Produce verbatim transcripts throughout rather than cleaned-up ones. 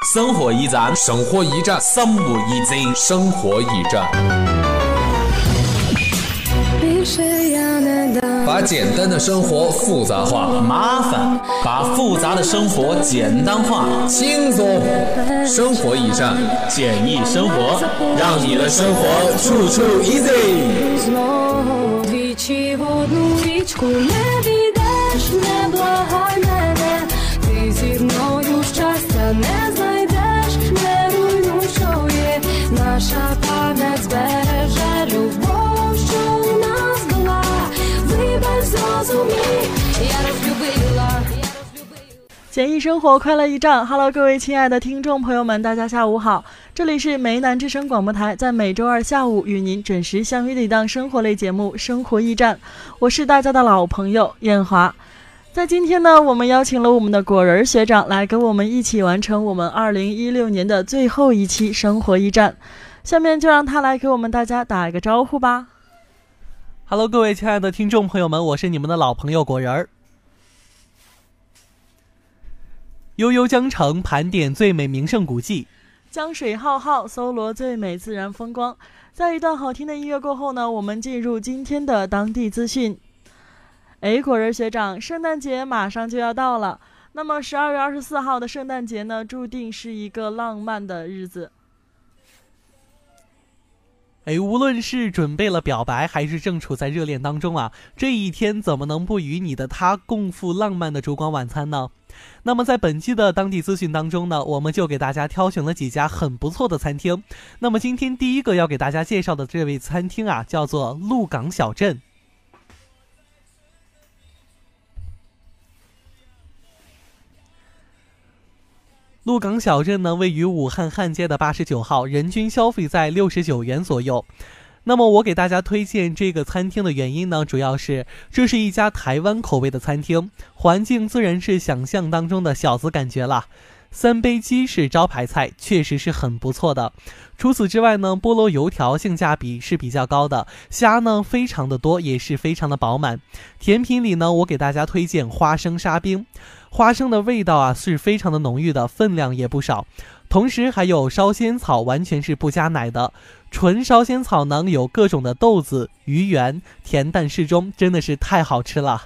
生活驿站， 生活驿站， 生活驿站， 生活驿站。把简单的生活复杂化， 麻烦把复杂的生活简单化， 轻松生活驿站， 简易生活， 让你的生活处处 easy。 简易生活，快乐驿站。Hello， 各位亲爱的听众朋友们，大家下午好，这里是梅南之声广播台，在每周二下午与您准时相约的一档生活类节目《生活驿站》，我是大家的老朋友燕华。在今天呢，我们邀请了我们的果仁学长来跟我们一起完成我们二零一六年的最后一期生活驿站。下面就让他来给我们大家打一个招呼吧。 Hello， 各位亲爱的听众朋友们，我是你们的老朋友果仁儿。悠悠江城，盘点最美名胜古迹； 江水浩浩，搜罗最美自然风光。在一段好听的音乐过后呢，我们进入今天的当地资讯。哎，果仁学长，圣诞节马上就要到了，那么十二月二十四号的圣诞节呢，注定是一个浪漫的日子。 哎，无论是准备了表白，还是正处在热恋当中啊，这一天怎么能不与你的他共赴浪漫的烛光晚餐呢？那么在本期的当地资讯当中呢，我们就给大家挑选了几家很不错的餐厅。那么今天第一个要给大家介绍的这位餐厅啊，叫做鹿港小镇。鹿港小镇呢，位于武汉汉街的八十九号，人均消费在六十九元左右。那么我给大家推荐这个餐厅的原因呢，主要是这是一家台湾口味的餐厅，环境自然是想象当中的小资感觉啦。三杯鸡是招牌菜，确实是很不错的。除此之外呢，菠萝油条性价比是比较高的，虾呢非常的多，也是非常的饱满。甜品里呢，我给大家推荐花生沙冰，花生的味道啊是非常的浓郁的，分量也不少。同时还有烧仙草，完全是不加奶的，纯烧仙草呢有各种的豆子、鱼圆，甜淡适中，真的是太好吃了。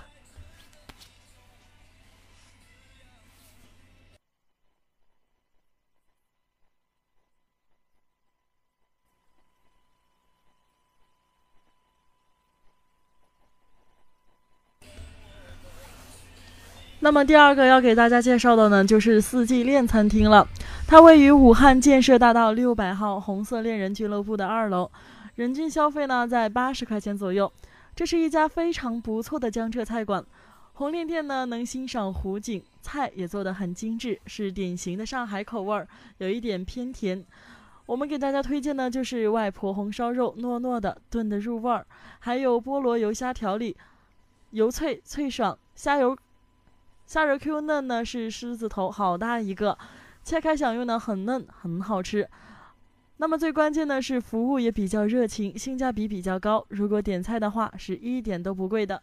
那么第二个要给大家介绍的呢，就是四季恋餐厅了。它位于武汉建设大道六百号红色恋人俱乐部的二楼，人均消费呢在八十块钱左右。这是一家非常不错的江浙菜馆，红恋店呢能欣赏湖景，菜也做得很精致，是典型的上海口味儿，有一点偏甜。我们给大家推荐呢，就是外婆红烧肉，糯糯的，炖得入味儿，还有菠萝油虾调理，油脆脆爽，虾油。虾仁 Q 嫩呢是狮子头，好大一个，切开享用呢很嫩，很好吃。那么最关键的是服务也比较热情，性价比比较高，如果点菜的话是一点都不贵的。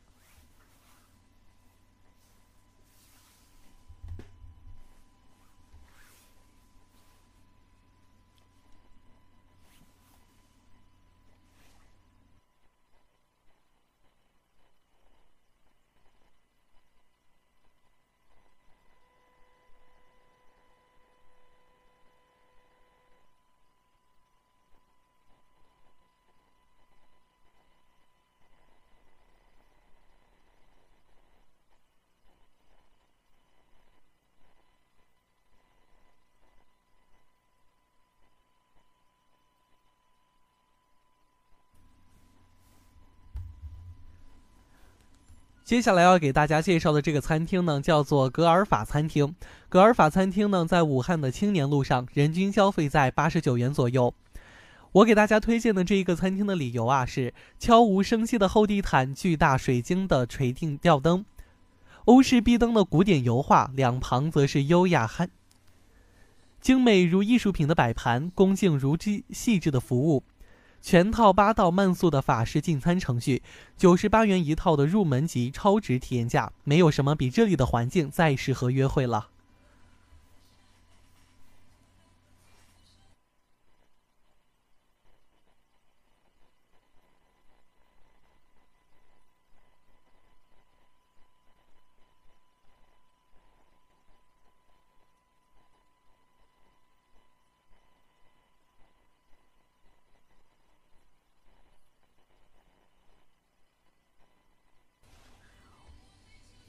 接下来要给大家介绍的这个餐厅呢，叫做格尔法餐厅。格尔法餐厅呢，在武汉的青年路上，人均消费在八十九元左右。我给大家推荐的这一个餐厅的理由啊，是悄无声息的厚地毯，巨大水晶的垂定吊灯，欧式壁灯的古典油画，两旁则是优雅汉精美如艺术品的摆盘，恭敬如细致的服务。全套八道慢速的法式进餐程序，九十八元一套的入门级超值体验价，没有什么比这里的环境再适合约会了。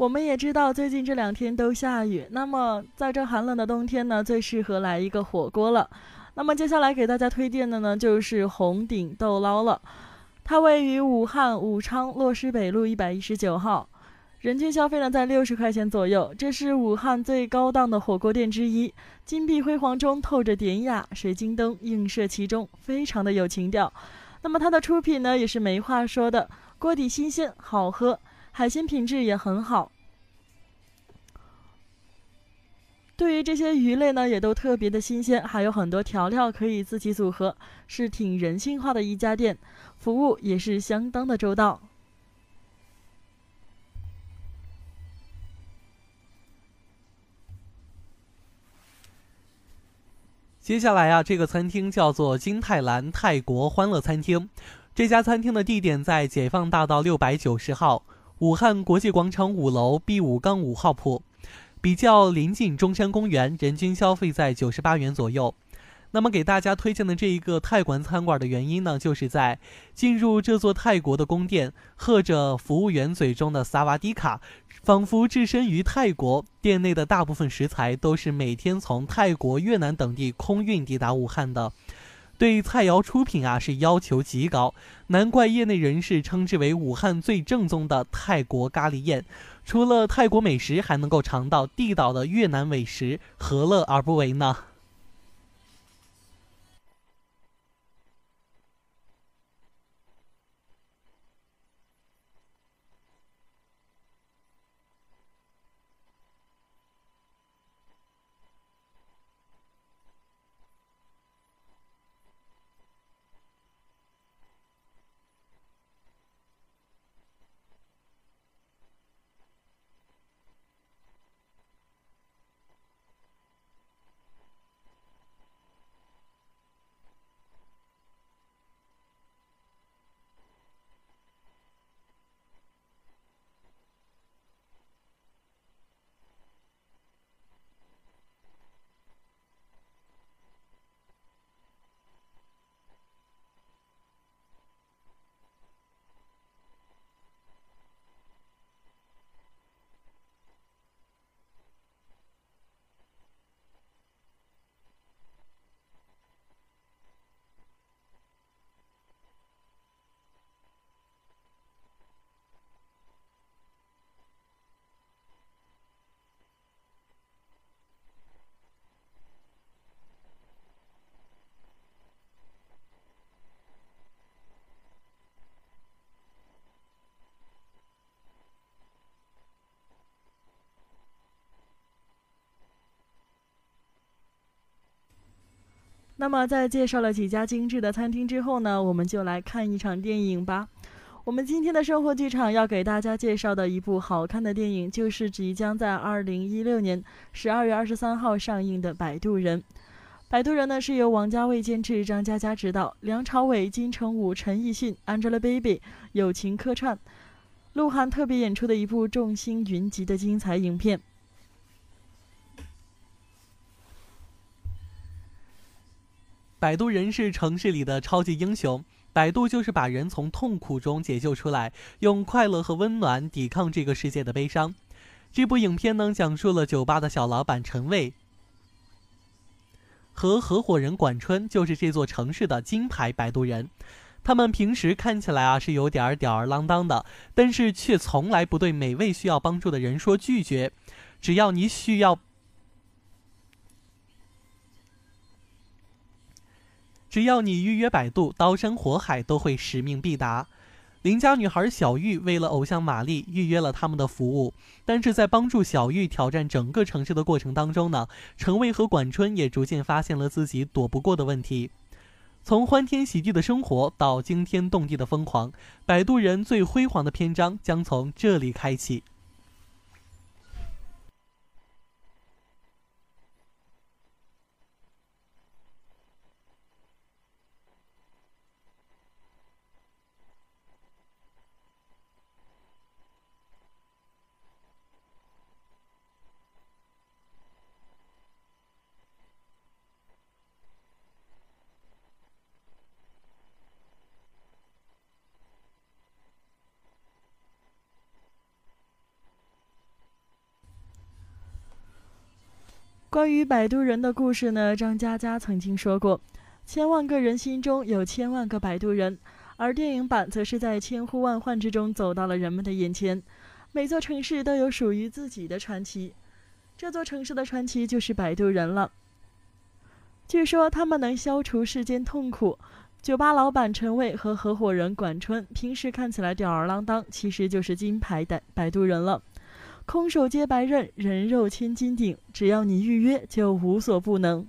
我们也知道最近这两天都下雨，那么在这寒冷的冬天呢，最适合来一个火锅了。那么接下来给大家推荐的呢，就是红顶豆捞了。它位于武汉武昌洛师北路一百一十九号，人均消费呢在六十块钱左右。这是武汉最高档的火锅店之一，金碧辉煌中透着典雅，水晶灯映射其中，非常的有情调。那么它的出品呢也是没话说的，锅底新鲜好喝，海鲜品质也很好。对于这些鱼类呢，也都特别的新鲜，还有很多调料可以自己组合，是挺人性化的一家店，服务也是相当的周到。 接下来啊，这个餐厅叫做金泰兰泰国欢乐餐厅。这家餐厅的地点在解放大道六百九十号，武汉国际广场五楼 B 五杠五号铺。比较临近中山公园，人均消费在九十八元左右。那么给大家推荐的这一个泰国餐馆的原因呢，就是在进入这座泰国的宫殿，喝着服务员嘴中的萨瓦迪卡，仿佛置身于泰国。店内的大部分食材都是每天从泰国、越南等地空运抵达武汉的。对菜肴出品啊是要求极高，难怪业内人士称之为武汉最正宗的泰国咖喱宴。除了泰国美食，还能够尝到地道的越南美食，何乐而不为呢？ 那么在介绍了几家精致的餐厅之后呢，我们就来看一场电影吧。我们今天的生活剧场要给大家介绍的一部好看的电影，就是即将在二零一六年十二月二十三号上映的《摆渡人》。《摆渡人》呢是由王家卫监制，张嘉佳执导，梁朝伟、金城武、陈奕迅、Angelababy 友情客串，鹿晗特别演出的一部众星云集的精彩影片。 摆渡人是城市里的超级英雄，摆渡就是把人从痛苦中解救出来，用快乐和温暖抵抗这个世界的悲伤。这部影片呢，讲述了酒吧的小老板陈卫和合伙人管春，就是这座城市的金牌摆渡人。他们平时看起来啊是有点吊儿郎当的，但是却从来不对每位需要帮助的人说拒绝。只要你需要只要你预约摆渡，刀山火海都会使命必达。邻家女孩小玉为了偶像玛丽预约了他们的服务，但是在帮助小玉挑战整个城市的过程当中呢，陈卫和管春也逐渐发现了自己躲不过的问题。从欢天喜地的生活到惊天动地的疯狂，摆渡人最辉煌的篇章将从这里开启。 关于摆渡人的故事呢，张嘉佳曾经说过，千万个人心中有千万个摆渡人，而电影版则是在千呼万唤之中走到了人们的眼前。每座城市都有属于自己的传奇，这座城市的传奇就是摆渡人了。据说他们能消除世间痛苦。酒吧老板陈伟和合伙人管春平时看起来吊儿郎当，其实就是金牌的摆渡人了。空手接白刃，人肉千斤顶，只要你预约就无所不能。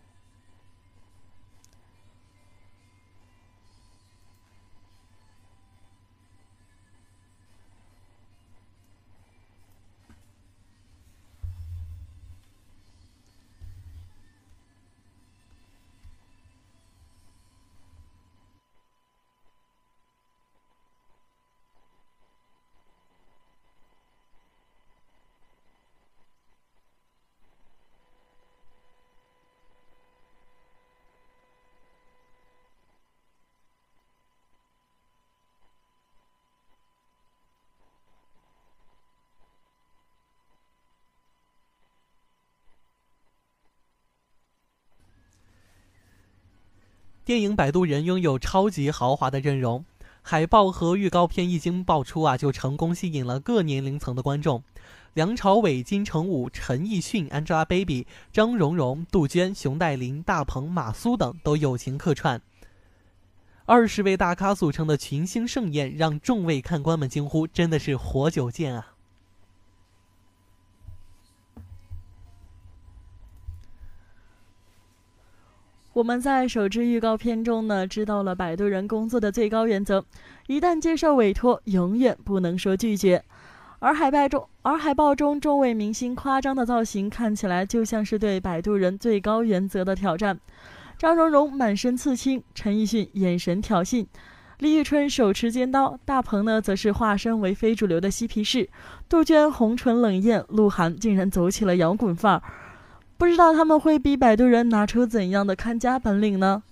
电影《摆渡人》拥有超级豪华的阵容，海报和预告片一经爆出啊，就成功吸引了各年龄层的观众。梁朝伟、金城武、陈奕迅、Angelababy、张荣荣、杜鹃、熊黛林、大鹏、马苏等都友情客串。二十位大咖组成的群星盛宴，让众位看官们惊呼：真的是活久见啊！ 我们在首支预告片中呢，知道了摆渡人工作的最高原则：一旦接受委托，永远不能说拒绝。而海报中，而海报中众位明星夸张的造型，看起来就像是对摆渡人最高原则的挑战。张荣荣满身刺青，陈奕迅眼神挑衅，李宇春手持尖刀，大鹏呢则是化身为非主流的嬉皮士，杜鹃红唇冷艳，鹿晗竟然走起了摇滚范儿。不知道他们会逼摆渡人拿出怎样的看家本领呢？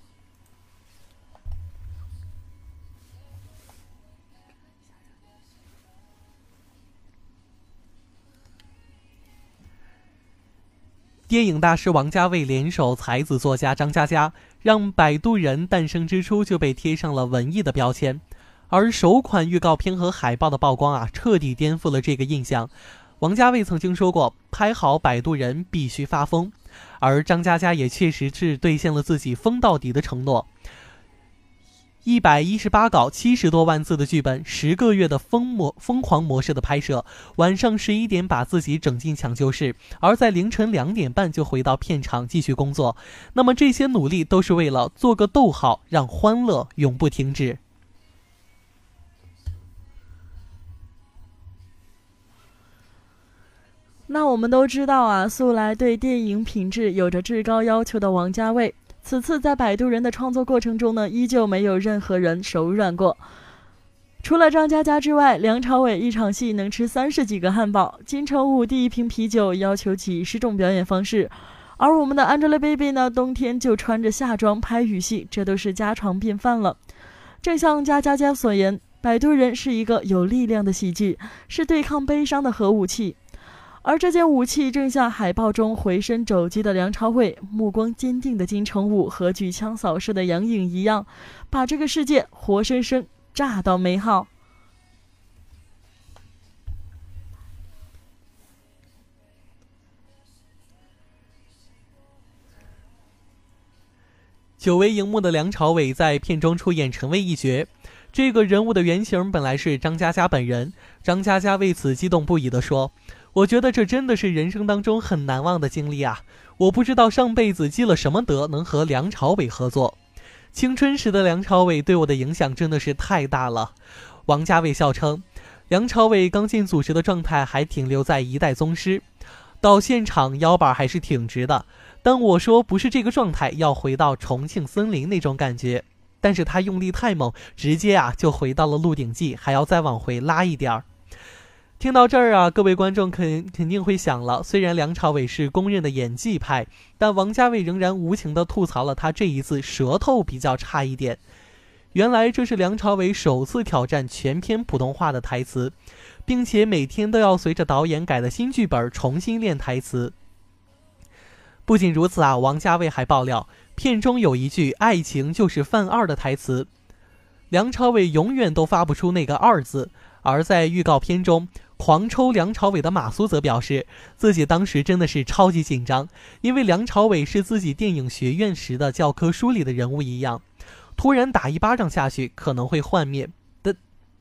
电影大师王家卫联手才子作家张嘉佳，让摆渡人诞生之初就被贴上了文艺的标签，而首款预告片和海报的曝光啊，彻底颠覆了这个印象。王家卫曾经说过，拍好摆渡人必须发疯，而张嘉佳也确实是兑现了自己疯到底的承诺。一百一十八稿，七十多万字的剧本，十个月的疯模疯狂模式的拍摄，晚上十一点把自己整进抢救室，而在凌晨两点半就回到片场继续工作。那么这些努力都是为了做个逗号，让欢乐永不停止。 那我们都知道啊，素来对电影品质有着至高要求的王家卫，此次在摆渡人的创作过程中呢，依旧没有任何人手软过。除了张嘉佳之外，梁朝伟一场戏能吃三十几个汉堡，金城武第一瓶啤酒要求几十种表演方式，而我们的 Angelababy 呢，冬天就穿着夏装拍雨戏，这都是家常便饭了。正像张嘉佳所言，摆渡人是一个有力量的喜剧，是对抗悲伤的核武器。而这件武器正像海报中回身肘击的梁朝伟，目光坚定的金城武和举枪扫射的杨颖一样，把这个世界活生生炸到美好。 久违荧幕的梁朝伟在片中出演陈伟一角，这个人物的原型本来是张嘉佳本人。张嘉佳为此激动不已地说，我觉得这真的是人生当中很难忘的经历啊！我不知道上辈子积了什么德，能和梁朝伟合作。青春时的梁朝伟对我的影响真的是太大了。王家卫笑称，梁朝伟刚进组时的状态还停留在一代宗师，到现场腰板还是挺直的。但我说不是这个状态，要回到重庆森林那种感觉。但是他用力太猛，直接啊就回到了鹿鼎记，还要再往回拉一点儿。听到这儿啊，各位观众肯肯定会想了，虽然梁朝伟是公认的演技派，但王家卫仍然无情地吐槽了他这一次舌头比较差一点。原来这是梁朝伟首次挑战全篇普通话的台词，并且每天都要随着导演改的新剧本重新练台词。 不仅如此啊，王家卫还爆料，片中有一句爱情就是犯二的台词，梁朝伟永远都发不出那个二字。而在预告片中，狂抽梁朝伟的马苏则表示，自己当时真的是超级紧张，因为梁朝伟是自己电影学院时的教科书里的人物一样，突然打一巴掌下去可能会幻灭的。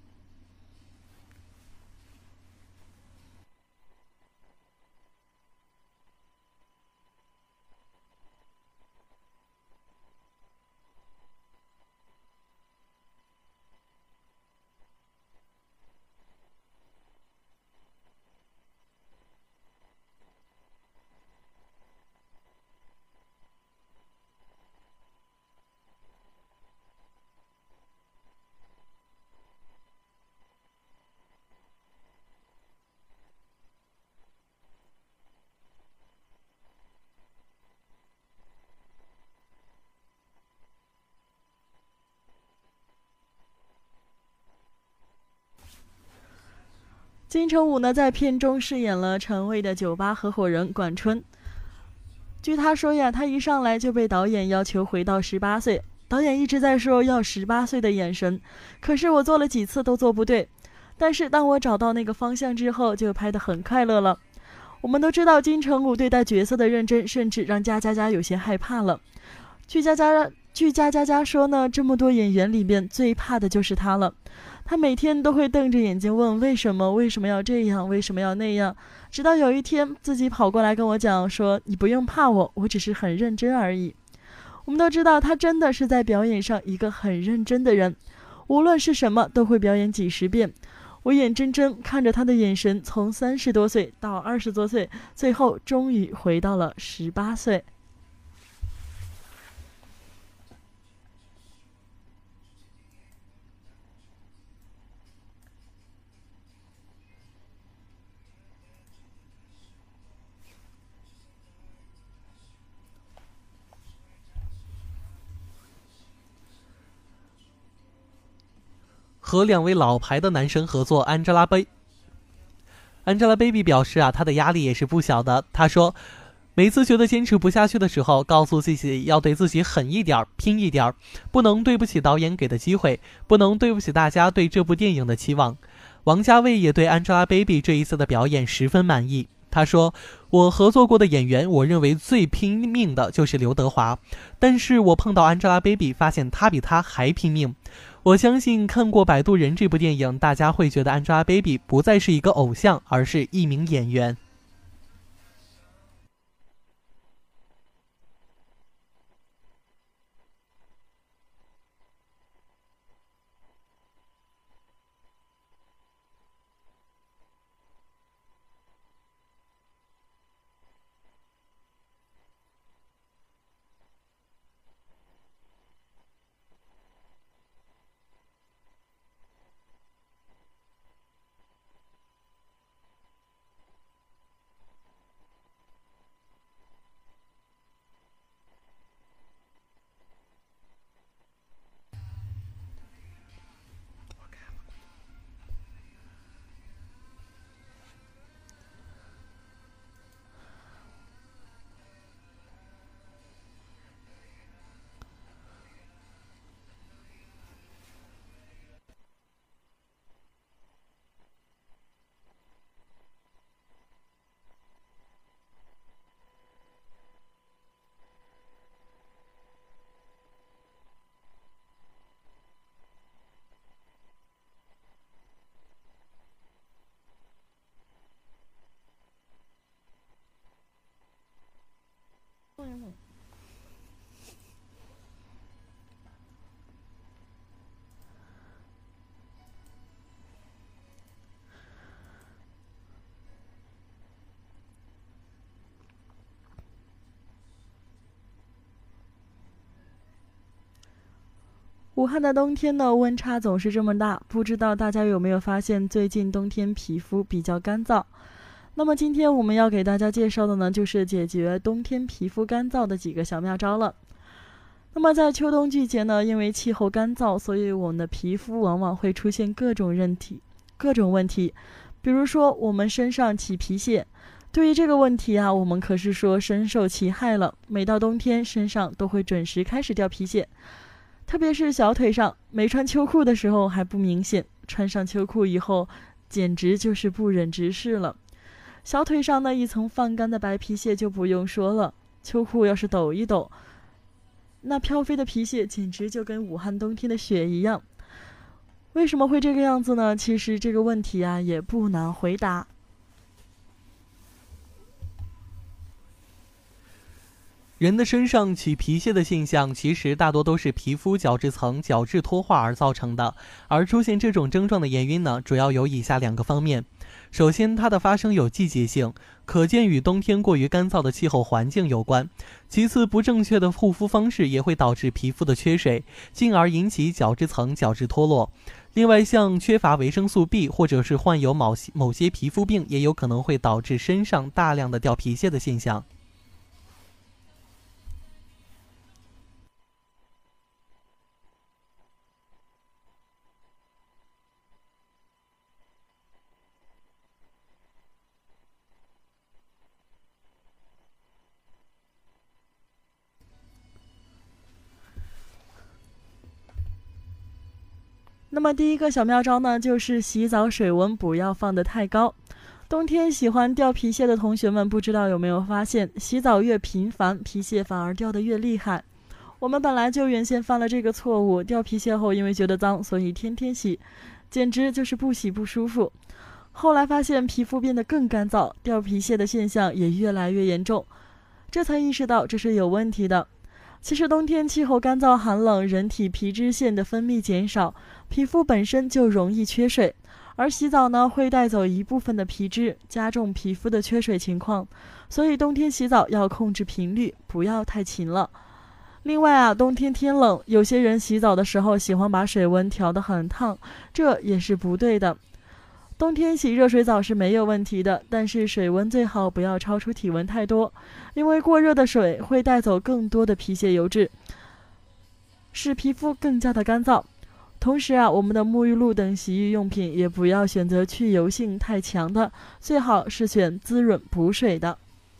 金城武呢，在片中饰演了陈蔚的酒吧合伙人管春。据他说呀，他一上来就被导演要求回到十八岁，导演一直在说要十八岁的眼神，可是我做了几次都做不对。但是当我找到那个方向之后，就拍得很快乐了。我们都知道金城武对待角色的认真，甚至让佳佳佳有些害怕了。据佳佳据佳佳佳说呢，这么多演员里面最怕的就是他了。他每天都会瞪着眼睛问为什么为什么要这样，为什么要那样，直到有一天自己跑过来跟我讲说，你不用怕我，我只是很认真而已。我们都知道他真的是在表演上一个很认真的人，无论是什么都会表演几十遍。我眼睁睁看着他的眼神从三十多岁到二十多岁，最后终于回到了十八岁。 和两位老牌的男神合作 Angelababy Angelababy 表示啊，她的压力也是不小的。她说，每次觉得坚持不下去的时候，告诉自己要对自己狠一点，拼一点，不能对不起导演给的机会，不能对不起大家对这部电影的期望。王家卫也对 Angelababy 这一次的表演十分满意。他说，我合作过的演员，我认为最拼命的就是刘德华，但是我碰到 Angelababy 发现她比他还拼命。我相信看过《摆渡人》这部电影，大家会觉得 Angelababy 不再是一个偶像，而是一名演员。 武汉的冬天呢，温差总是这么大，不知道大家有没有发现，最近冬天皮肤比较干燥。那么今天我们要给大家介绍的呢，就是解决冬天皮肤干燥的几个小妙招了。那么在秋冬季节呢，因为气候干燥，所以我们的皮肤往往会出现各种问题，各种问题，比如说我们身上起皮屑， 对于这个问题啊，我们可是说深受其害了。每到冬天，身上都会准时开始掉皮屑，特别是小腿上，没穿秋裤的时候还不明显，穿上秋裤以后，简直就是不忍直视了。小腿上那一层泛干的白皮屑就不用说了，秋裤要是抖一抖，那飘飞的皮屑简直就跟武汉冬天的雪一样。为什么会这个样子呢？其实这个问题啊也不难回答。 人的身上起皮屑的现象，其实大多都是皮肤角质层角质脱化而造成的。而出现这种症状的原因呢，主要有以下两个方面。首先，它的发生有季节性，可见与冬天过于干燥的气候环境有关。其次，不正确的护肤方式也会导致皮肤的缺水，进而引起角质层角质脱落。另外，像缺乏维生素 B 或者是患有某些某些皮肤病，也有可能会导致身上大量的掉皮屑的现象。 那么第一个小妙招呢，就是洗澡水温不要放得太高。冬天喜欢掉皮屑的同学们，不知道有没有发现，洗澡越频繁，皮屑反而掉得越厉害。我们本来就原先犯了这个错误，掉皮屑后因为觉得脏，所以天天洗，简直就是不洗不舒服。后来发现皮肤变得更干燥，掉皮屑的现象也越来越严重，这才意识到这是有问题的。其实冬天气候干燥寒冷，人体皮脂腺的分泌减少，皮肤本身就容易缺水，而洗澡呢会带走一部分的皮脂，加重皮肤的缺水情况，所以冬天洗澡要控制频率，不要太勤了。另外啊，冬天天冷，有些人洗澡的时候喜欢把水温调得很烫，这也是不对的。冬天洗热水澡是没有问题的，但是水温最好不要超出体温太多，因为过热的水会带走更多的皮屑油脂，使皮肤更加的干燥。同时啊，我们的沐浴露等洗浴用品也不要选择去油性太强的，最好是选滋润补水的。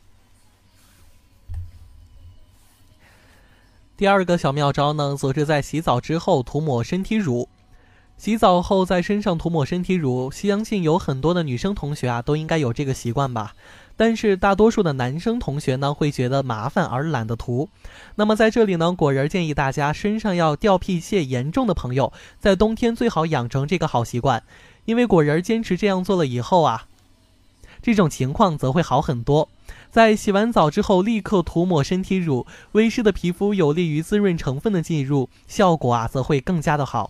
第二个小妙招呢，则是在洗澡之后涂抹身体乳。洗澡后在身上涂抹身体乳，相信有很多的女生同学啊都应该有这个习惯吧。但是大多数的男生同学呢会觉得麻烦而懒得涂。那么在这里呢，果仁建议大家身上要掉皮屑严重的朋友，在冬天最好养成这个好习惯，因为果仁坚持这样做了以后啊，这种情况则会好很多。在洗完澡之后立刻涂抹身体乳，微湿的皮肤有利于滋润成分的进入，效果啊则会更加的好。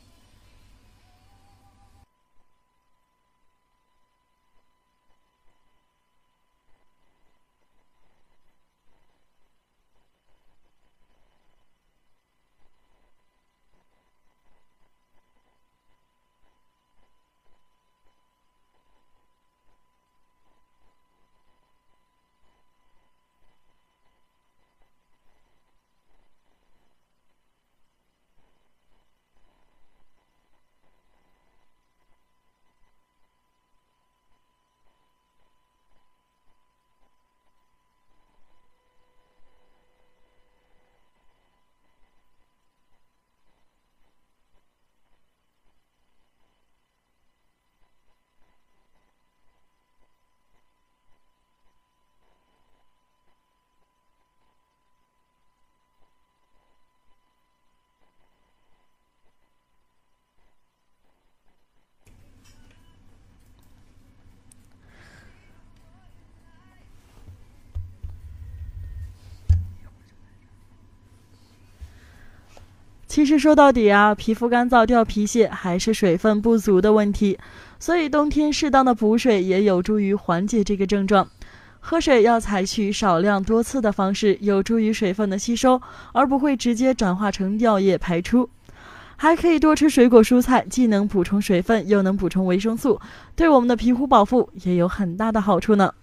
其实说到底啊，皮肤干燥掉皮屑还是水分不足的问题，所以冬天适当的补水也有助于缓解这个症状。喝水要采取少量多次的方式，有助于水分的吸收，而不会直接转化成尿液排出。还可以多吃水果蔬菜，既能补充水分，又能补充维生素，对我们的皮肤保护也有很大的好处呢。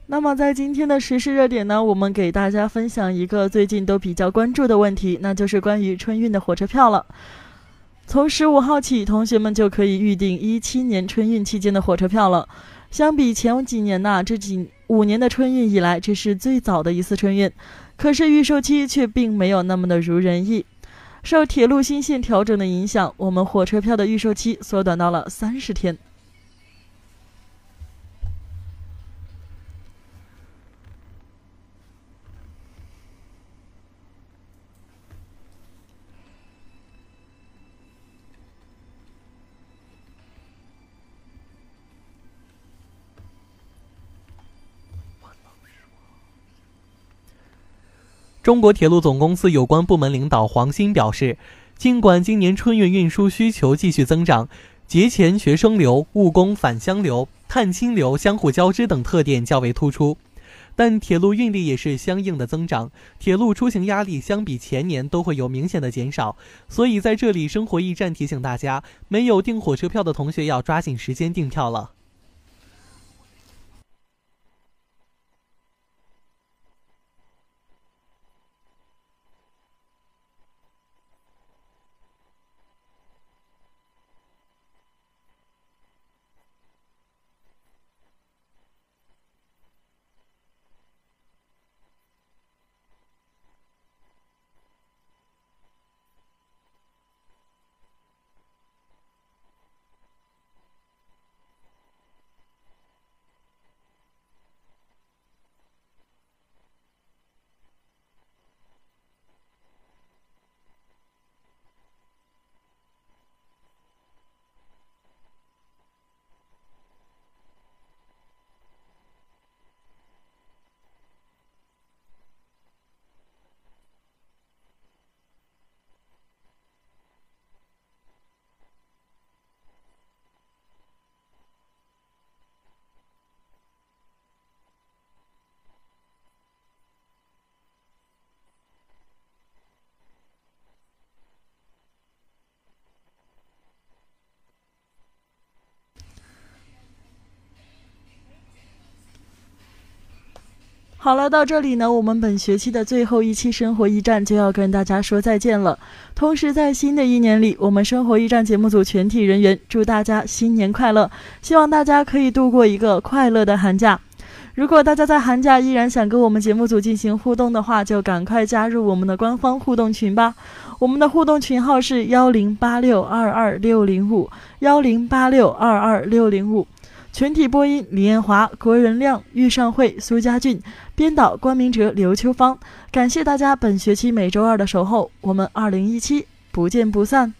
那么在今天的时事热点呢，我们给大家分享一个最近都比较关注的问题，那就是关于春运的火车票了。从十五号起，同学们就可以预定一七年春运期间的火车票了。相比前几年呢，这几五年的春运以来，这是最早的一次春运。可是预售期却并没有那么的如人意。受铁路新线调整的影响，我们火车票的预售期缩短到了三十天。 中国铁路总公司有关部门领导黄鑫表示，尽管今年春运运输需求继续增长，节前学生流、务工返乡流、探亲流相互交织等特点较为突出，但铁路运力也是相应的增长，铁路出行压力相比前年都会有明显的减少。所以在这里生活驿站提醒大家，没有订火车票的同学要抓紧时间订票了。 好了，到这里呢，我们本学期的最后一期生活驿站就要跟大家说再见了。同时在新的一年里，我们生活驿站节目组全体人员祝大家新年快乐，希望大家可以度过一个快乐的寒假。如果大家在寒假依然想跟我们节目组进行互动的话，就赶快加入我们的官方互动群吧。我们的互动群号是幺零八六二二六零五幺零八六二二六零五。全体播音李艳华、郭仁亮、玉尚慧、苏家俊，编导关明哲、刘秋芳。感谢大家本学期每周二的守候，我们二零一七不见不散。